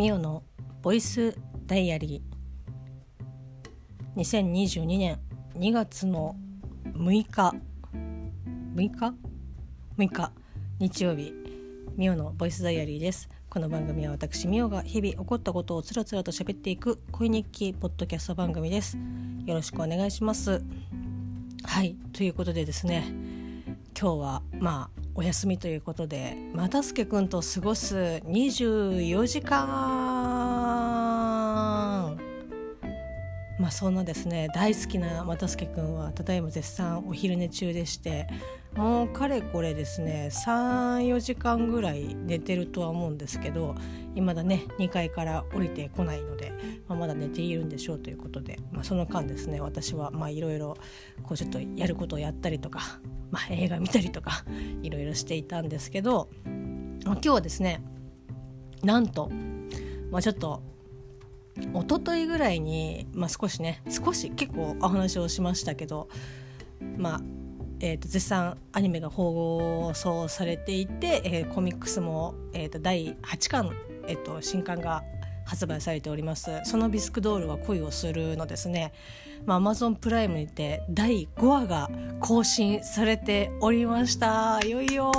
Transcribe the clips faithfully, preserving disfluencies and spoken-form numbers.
ミオのボイスダイアリーにせんにじゅうにねんにがつのむいかむいかむいか日曜日、ミオのボイスダイアリーです。この番組は私ミオが日々起こったことをつらつらと喋っていく恋日記ポッドキャスト番組です。よろしくお願いします。はい、ということでですね、今日はまあお休みということで、またすけくんと過ごすにじゅうよじかん、まあそんなですね、大好きなまたすけくんはただいま絶賛お昼寝中でして、もうかれこれですね さん,よ 時間ぐらい寝てるとは思うんですけど、未だねにかいから降りてこないので、まあ、まだ寝ているんでしょうということで、まあ、その間ですね、私はまあいろいろこうちょっとやることをやったりとか、まあ、映画見たりとかいろいろしていたんですけど、まあ、今日はですね、なんと、まあ、ちょっと一昨日ぐらいに、まあ、少しね少し結構お話をしましたけど、まあえー、と絶賛アニメが放送されていて、えー、コミックスも、えー、とだいはちかん、えー、と新刊が発売されております。そのビスクドールは恋をするのですね、まあ、Amazon プライムにてだいごわが更新されておりました。いよいよ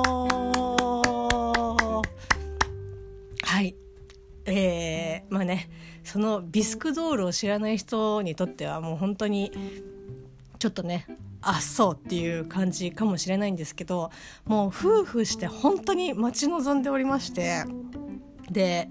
はい、えー、まあね、そのビスクドールを知らない人にとってはもう本当にちょっとね、あっそうっていう感じかもしれないんですけど、もう夫婦して本当に待ち望んでおりまして、で、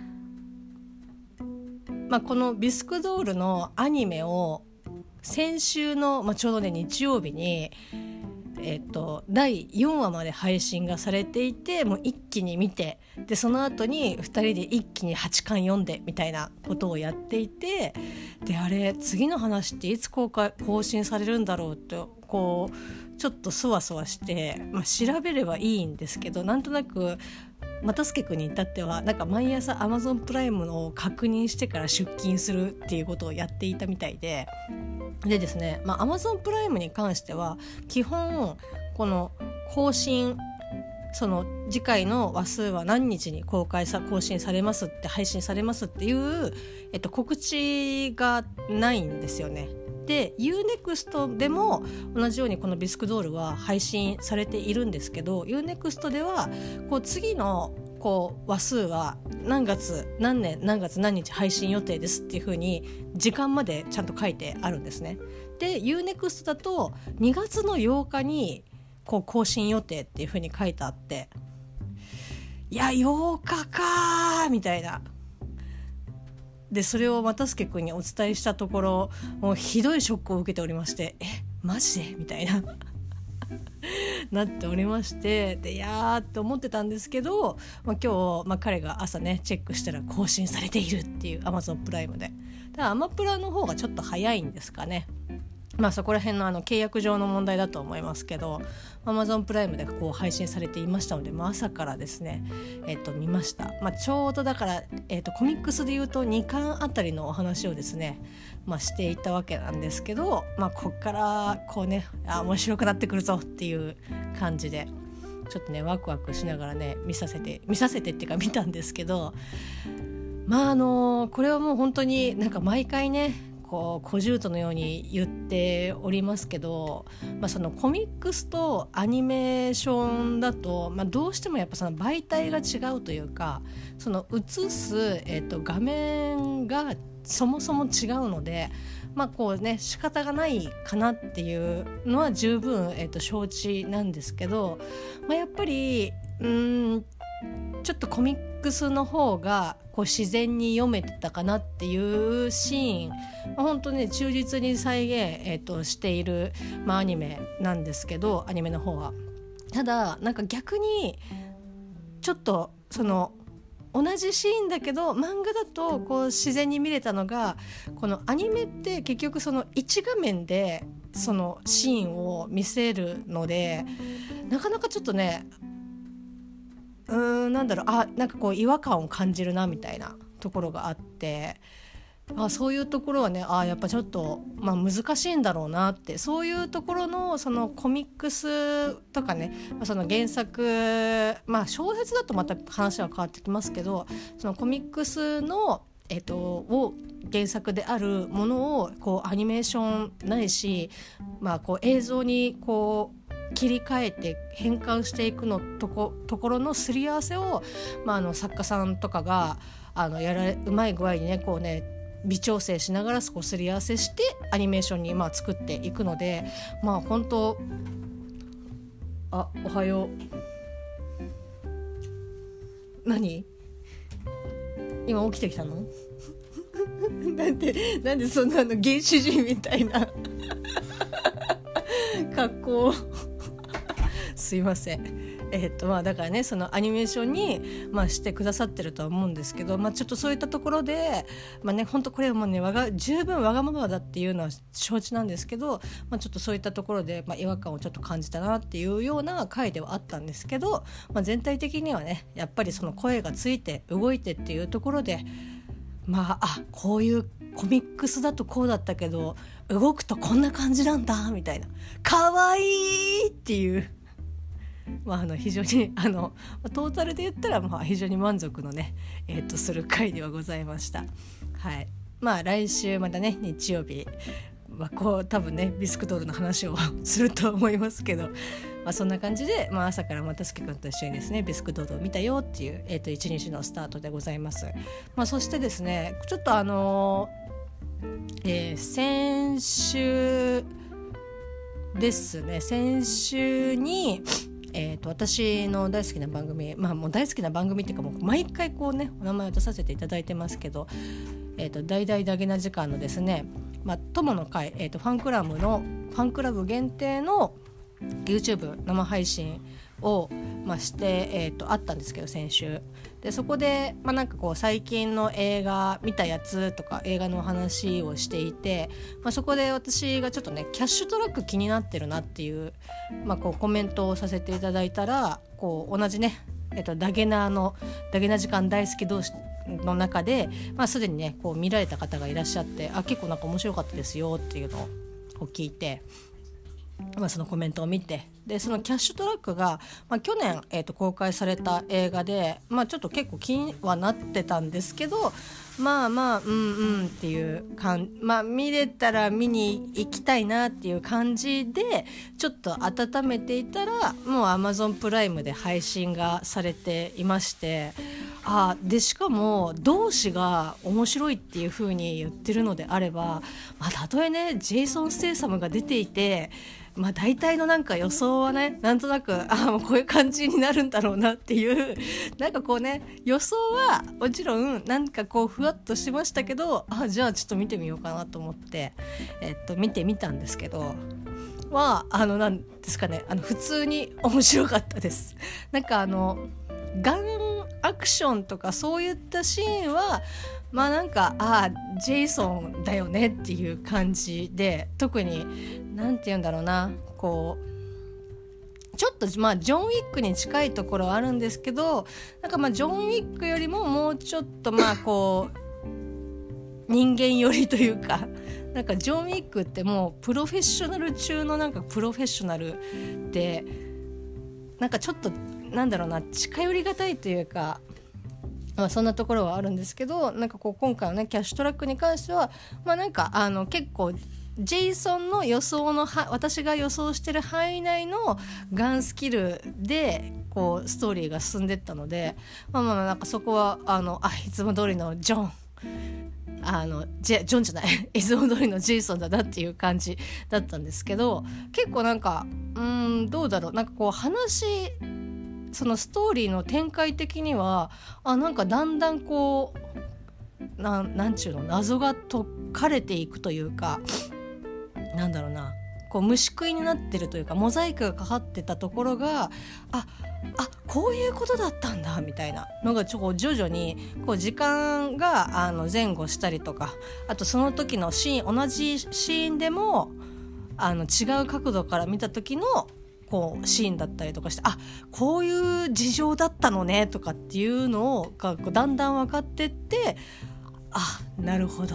まあ、このビスクドールのアニメを先週の、まあ、ちょうどね日曜日に、えっと、だいよんわまで配信がされていて、もう一気に見て、でその後にふたりで一気にはちかん読んでみたいなことをやっていて、であれ次の話っていつ公開更新されるんだろうってこうちょっとそわそわして、まあ、調べればいいんですけど、なんとなくまたすけくんに至ってはなんか毎朝 Amazon プライムの確認してから出勤するっていうことをやっていたみたいで、でですね、まあ、Amazon プライムに関しては基本この更新、その次回の話数は何日に公開さ更新されますって配信されますっていう、えっと、告知がないんですよね。で ユーネクスト でも同じようにこのビスクドールは配信されているんですけど、 ユーネクスト ではこう次のこう話数は何月何年何月何日配信予定ですっていう風に時間までちゃんと書いてあるんですね。で ユーネクスト だとにがつのようかにこう更新予定っていう風に書いてあって、いやようかかみたいな。でそれをまたすけくんにお伝えしたところ、もうひどいショックを受けておりまして、えマジでみたいななっておりまして、でいやーって思ってたんですけど、まあ、今日、まあ、彼が朝ねチェックしたら更新されているっていう Amazon プライムで、だからアマプラの方がちょっと早いんですかね。まあそこら辺のあの契約上の問題だと思いますけど、 Amazon プライムでこう配信されていましたので、まあ、朝からですね、えっと見ました。まあ、ちょうどだから、えっと、コミックスでいうとにかんあたりのお話をですね、まあ、していたわけなんですけど、まあ、こっからこうね、あ面白くなってくるぞっていう感じでちょっとねワクワクしながらね見させて見させてっていうか見たんですけど、まああのこれはもう本当になんか毎回ねこう小獣のように言っておりますけど、まあ、そのコミックスとアニメーションだと、まあ、どうしてもやっぱその媒体が違うというか、その映す、えーと、画面がそもそも違うので、まあこうね仕方がないかなっていうのは十分、えーと、承知なんですけど、まあ、やっぱりうーんちょっとコミックスの方がこう自然に読めてたかなっていうシーン、まあ、本当ね忠実に再現、えー、としている、まあ、アニメなんですけど、アニメの方はただなんか逆にちょっとその同じシーンだけど漫画だとこう自然に見れたのが、このアニメって結局その一画面でそのシーンを見せるので、なかなかちょっとねうーんなんだろうあなんかこう違和感を感じるなみたいなところがあって、 あそういうところはねあやっぱちょっと、まあ、難しいんだろうなって、そういうところのそのコミックスとかね、その原作、まあ小説だとまた話は変わってきますけど、そのコミックスのえっと、を原作であるものをこうアニメーションないし、まあ、こう映像にこう切り替えて変換していくのとこところのすり合わせを、まあ、あの作家さんとかがあのやられうまい具合にねこうね微調整しながらこうすり合わせしてアニメーションにまあ作っていくので、まあ本当あおはよう何今起きてきたのなんでなんでそんなの原始人みたいな格好すいません。えーっとまあ、だからねそのアニメーションに、まあ、してくださってるとは思うんですけど、まあ、ちょっとそういったところで、まあね、本当これはもうねわが十分わがままだっていうのは承知なんですけど、まあ、ちょっとそういったところで、まあ、違和感をちょっと感じたなっていうような回ではあったんですけど、まあ、全体的にはねやっぱりその声がついて動いてっていうところで、まああこういうコミックスだとこうだったけど動くとこんな感じなんだみたいな、かわいいっていうまあ、あの非常にあのトータルで言ったらまあ非常に満足のね、えー、とする回ではございました。はい、まあ来週またね日曜日はこう多分ねビスクドールの話をすると思いますけど、まあ、そんな感じで、まあ、朝からまたすけくんと一緒にですねビスクドールを見たよっていう、えー、と一日のスタートでございます。まあ、そしてですねちょっとあのーえー、先週ですね先週にえー、と私の大好きな番組、まあもう大好きな番組っていうかもう毎回こうねお名前を出させていただいてますけど、えー、と大々だげな時間のですね、まあ、友の会、えー、とファンクラブのファンクラブ限定の YouTube 生配信を、まあ、して、えー、とあったんですけど先週でそこで、まあ、なんかこう最近の映画見たやつとか映画のお話をしていて、まあ、そこで私がちょっとねキャッシュトラック気になってるなっていう、まあ、こうコメントをさせていただいたらこう同じね、えっと、ダゲナーのダゲナ時間大好き同士の中で、まあ、すでにねこう見られた方がいらっしゃってあ結構なんか面白かったですよっていうのを聞いて、まあ、そのコメントを見てでそのキャッシュトラックが、まあ、去年、えーと、公開された映画で、まあ、ちょっと結構気にはなってたんですけどまあまあうんうんっていう感じ、まあ、見れたら見に行きたいなっていう感じでちょっと温めていたらもう Amazon プライムで配信がされていましてあでしかも同志が面白いっていう風に言ってるのであれば、まあ、たとえねジェイソン・ステイサムが出ていてまあ、大体のなんか予想はねなんとなくあもうこういう感じになるんだろうなっていうなんかこうね予想はもちろんなんかこうふわっとしましたけどあじゃあちょっと見てみようかなと思って、えっと、見てみたんですけどはあのなんですかねあの普通に面白かったです。なんかあのガンアクションとかそういったシーンはまあなんかあジェイソンだよねっていう感じで特になんて言うんだろうなこうちょっとまあジョン・ウィックに近いところはあるんですけどなんかまあジョン・ウィックよりももうちょっとまあこう人間寄りというかなんかジョン・ウィックってもうプロフェッショナル中のなんかプロフェッショナルでなんかちょっとなんだろうな近寄りがたいというかまあ、そんなところはあるんですけどなんかこう今回のねキャッシュトラックに関してはまあなんかあの結構ジェイソンの予想のは私が予想してる範囲内のガンスキルでこうストーリーが進んでったのでまあまあなんかそこはあのあいつも通りのジョンあのジェジョンじゃないいつも通りのジェイソンだなっていう感じだったんですけど結構なんかうーんどうだろうなんかこう話そのストーリーの展開的にはあなんかだんだんこう な, なんちゅうの謎が解かれていくというかなんだろうなこう虫食いになってるというかモザイクがかかってたところがああこういうことだったんだみたいなのがちょこ徐々にこう時間があの前後したりとかあとその時のシーン同じシーンでもあの違う角度から見た時のこうシーンだったりとかしてあこういう事情だったのねとかっていうのがだんだん分かってってあなるほど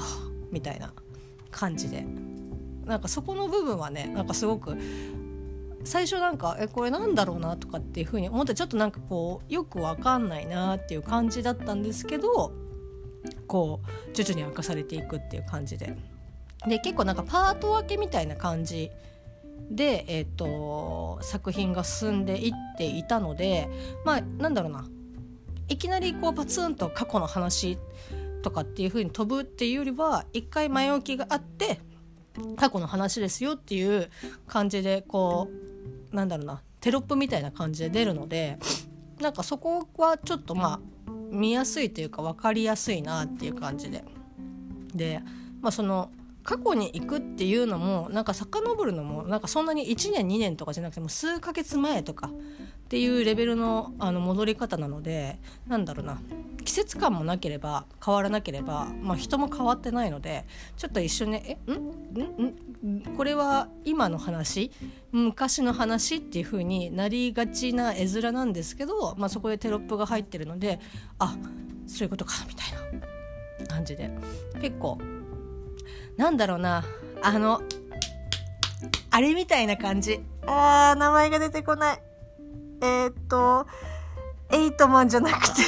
みたいな感じで、なんかそこの部分はねなんかすごく最初なんかえこれなんだろうなとかっていう風に思ってちょっとなんかこうよくわかんないなっていう感じだったんですけど、こう徐々に明かされていくっていう感じで、で結構なんかパート分けみたいな感じで、えー、と作品が進んでいっていたので、まあなんだろうないきなりこうパツンと過去の話とかっていう風に飛ぶっていうよりは一回前置きがあって過去の話ですよっていう感じでこうなんだろうなテロップみたいな感じで出るので、なんかそこはちょっとまあ見やすいというか分かりやすいなっていう感じで、でまあその過去に行くっていうのもなんか遡るのもなんかそんなにいちねんにねんとかじゃなくても数ヶ月前とかっていうレベルのあの戻り方なので、なんだろうな季節感もなければ変わらなければ、まあ、人も変わってないのでちょっと一瞬ねえんんんこれは今の話昔の話っていう風になりがちな絵面なんですけど、まあ、そこでテロップが入ってるのであそういうことかみたいな感じで結構なんだろうなあのあれみたいな感じ、あー名前が出てこない、えー、っとエイトマンじゃなくて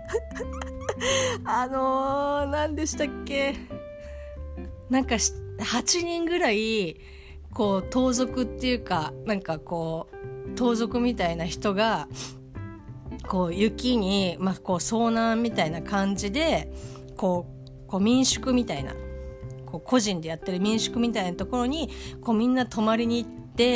あのー、何でしたっけ、なんかはちにんぐらいこう盗賊っていうかなんかこう盗賊みたいな人がこう雪に、まあ、こう遭難みたいな感じでこう、こう民宿みたいなこう個人でやってる民宿みたいなところにこうみんな泊まりに行って、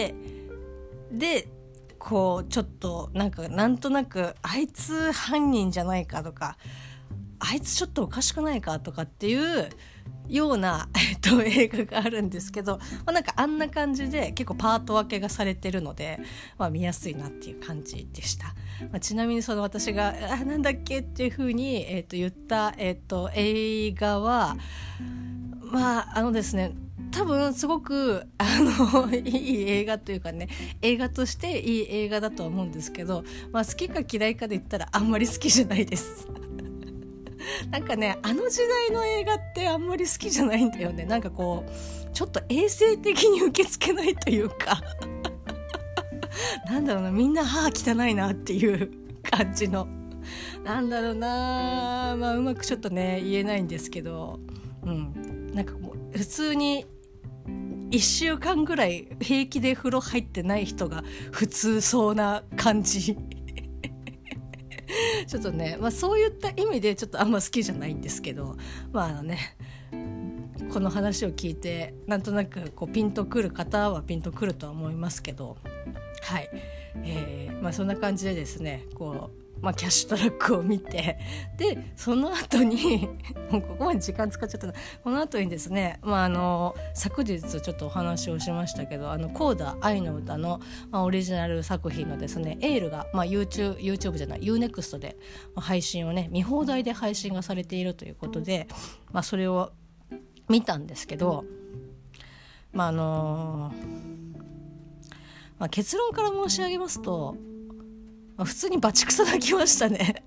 でこうちょっとなんかなんとなくあいつ犯人じゃないかとかあいつちょっとおかしくないかとかっていうような、えっと、映画があるんですけど、まあ、なんかあんな感じで結構パート分けがされてるので、まあ、見やすいなっていう感じでした、まあ、ちなみにその私があなんだっけっていう風に、えっと、言った、えっと、映画はまああのですね多分すごくあのいい映画というかね映画としていい映画だと思うんですけど、まあ、好きか嫌いかで言ったらあんまり好きじゃないですなんかねあの時代の映画ってあんまり好きじゃないんだよね。なんかこうちょっと衛生的に受け付けないというかなんだろうなみんな歯汚いなっていう感じのなんだろうな、まあ、うまくちょっとね言えないんですけど、うんなんかもう普通にいっしゅうかんぐらい平気で風呂入ってない人が普通そうな感じちょっとね、まあ、そういった意味でちょっとあんま好きじゃないんですけど、まああのねこの話を聞いてなんとなくこうピンとくる方はピンとくるとは思いますけど、はい、えーまあ、そんな感じでですねこうまあ、キャッシュトラックを見てでその後にもうここまで時間使っちゃったなこの後にですね、まあ、あの昨日ちょっとお話をしましたけどあのコーダ愛の歌の、まあ、オリジナル作品のですねエールが、まあ、YouTube, YouTube じゃない ユーネクスト で配信をね見放題で配信がされているということで、まあ、それを見たんですけど、まああのまあ、結論から申し上げますとまあ、普通にバチクソ泣きましたね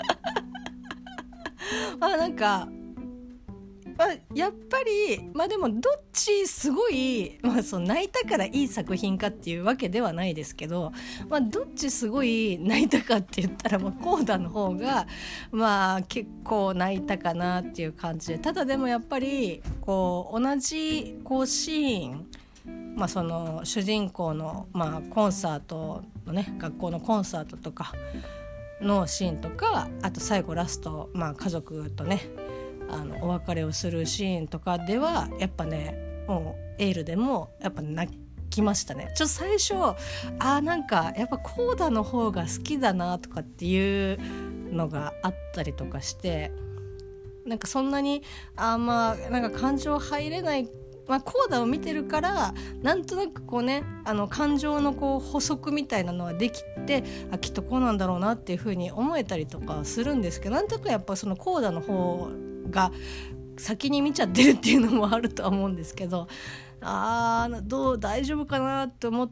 まあなんか、まあ、やっぱりまあでもどっちすごい、まあ、そう泣いたからいい作品かっていうわけではないですけど、まあ、どっちすごい泣いたかって言ったら、まあ、コーダの方がまあ結構泣いたかなっていう感じで、ただでもやっぱりこう同じこうシーンまあ、その主人公の、まあ、コンサートのね学校のコンサートとかのシーンとかあと最後ラスト、まあ、家族とねあのお別れをするシーンとかではやっぱねもうエールでもやっぱ泣きましたね。ちょっと最初あなんかやっぱコーダの方が好きだなとかっていうのがあったりとかしてなんかそんなにあまあなんか感情入れないまあ、コーダを見てるからなんとなくこうねあの感情のこう補足みたいなのはできてあきっとこうなんだろうなっていう風に思えたりとかするんですけどなんとなくやっぱそのコーダの方が先に見ちゃってるっていうのもあるとは思うんですけどあーどう大丈夫かなと思って、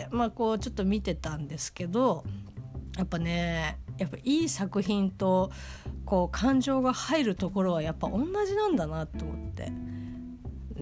まあ、こうちょっと見てたんですけどやっぱねやっぱいい作品とこう感情が入るところはやっぱ同じなんだなと思って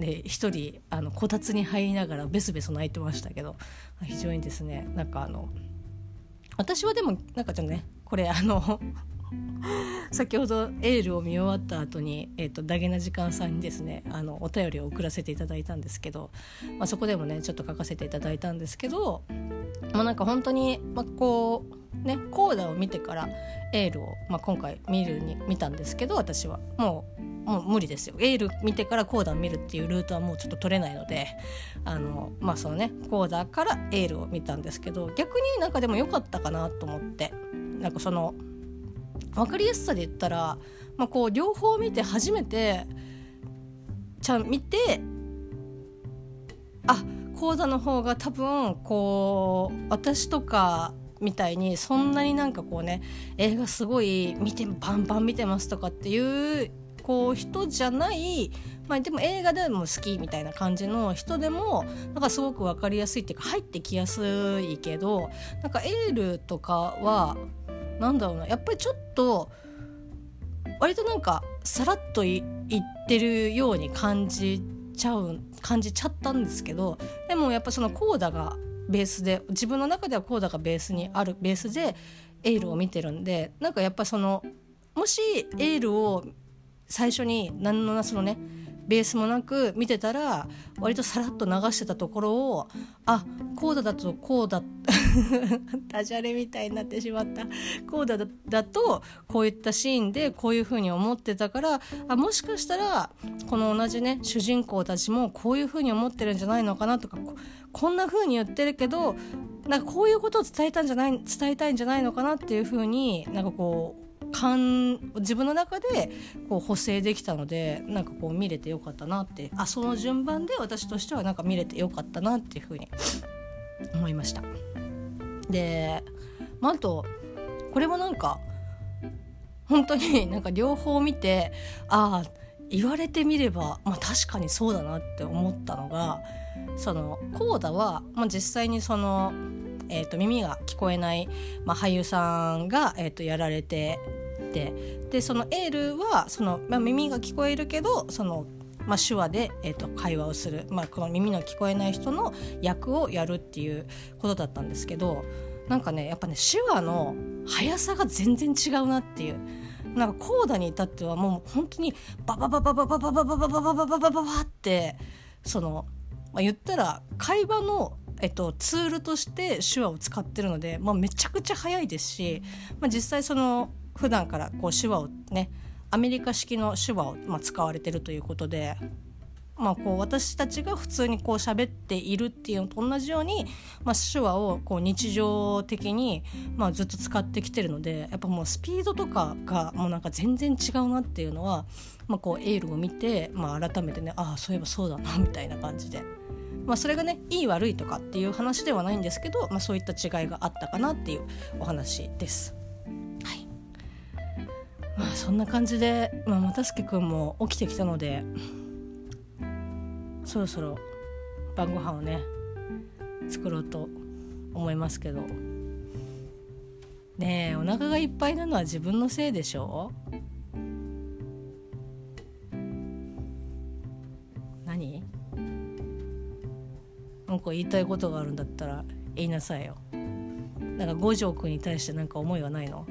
で一人あのこたつに入りながらベスベス泣いてましたけど、非常にですねなんかあの私はでもなんかちょっとねこれあの先ほどエールを見終わった後に、えーと、ダゲな時間さんにですねあのお便りを送らせていただいたんですけど、まあ、そこでもねちょっと書かせていただいたんですけど、まあ、なんか本当に、まあ、こうねコーダを見てからエールを、まあ、今回見るに見たんですけど、私はもうもう無理ですよ。エール見てからコーダを見るっていうルートはもうちょっと取れないので、あのまあそのねコーダからエールを見たんですけど、逆になんかでも良かったかなと思って、なんかその分かりやすさで言ったら、まあ、こう両方見て初めてちゃん見て、あコーダの方が多分こう私とかみたいにそんなになんかこうね映画すごい見てバンバン見てますとかっていうこう人じゃない、まあ、でも映画でも好きみたいな感じの人でもなんかすごく分かりやすいっていうか入ってきやすいけど、なんかエールとかはなんだろうな、やっぱりちょっと割となんかさらっとい言ってるように感じちゃう感じちゃったんですけど、でもやっぱそのコーダがベースで、自分の中ではコーダがベースにあるベースでエールを見てるんで、なんかやっぱそのもしエールを最初に何のそのねベースもなく見てたら割とさらっと流してたところを、あコーダだとこうだダジャレみたいになってしまった、コーダ だ, だとこういったシーンでこういう風に思ってたから、あもしかしたらこの同じね主人公たちもこういう風に思ってるんじゃないのかなとか、 こ, こんな風に言ってるけどなんかこういうことを伝えたんじゃない伝えたいんじゃないのかなっていう風になんかこう自分の中でこう補正できたので、なんかこう見れてよかったなって、あその順番で私としてはなんか見れてよかったなっていうふうに思いました。で、まあ、あとこれもなんか本当になんか両方見て、ああ言われてみれば、まあ、確かにそうだなって思ったのが、そのコーダは、まあ、実際にそのえー、と耳が聞こえない、まあ、俳優さんが、えー、とやられてて、でそのエールはその、まあ、耳が聞こえるけどその、まあ、手話で、えー、と会話をする、まあ、この耳の聞こえない人の役をやるっていうことだったんですけど、なんかねやっぱね手話の速さが全然違うなっていう、なんかコーダに至ってはもう本当にババババババババババババババババババってその、まあ、言ったら会話のえっと、ツールとして手話を使ってるので、まあ、めちゃくちゃ早いですし、まあ、実際その普段からこう手話をねアメリカ式の手話をまあ使われてるということで、まあ、こう私たちが普通にこう喋っているっていうのと同じように、まあ、手話をこう日常的にまあずっと使ってきてるので、やっぱもうスピードとかがもうなんか全然違うなっていうのは、まあ、こうエールを見て、まあ、改めてね、ああそういえばそうだなみたいな感じで。まあ、それがねいい悪いとかっていう話ではないんですけど、まあ、そういった違いがあったかなっていうお話です。はい、まあ、そんな感じで、まあ、又助くんも起きてきたのでそろそろ晩ご飯をね作ろうと思いますけどねえ、お腹がいっぱいなのは自分のせいでしょ。何なんか言いたいことがあるんだったら言いなさいよ。なんか五条くんに対してなんか思いはないの？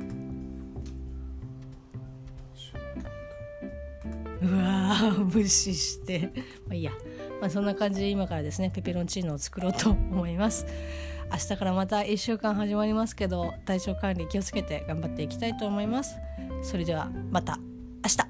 うわー無視してまあいいや、まあ、そんな感じで今からですねペペロンチーノを作ろうと思います。明日からまたいっしゅうかん始まりますけど、体調管理気をつけて頑張っていきたいと思います。それではまた明日。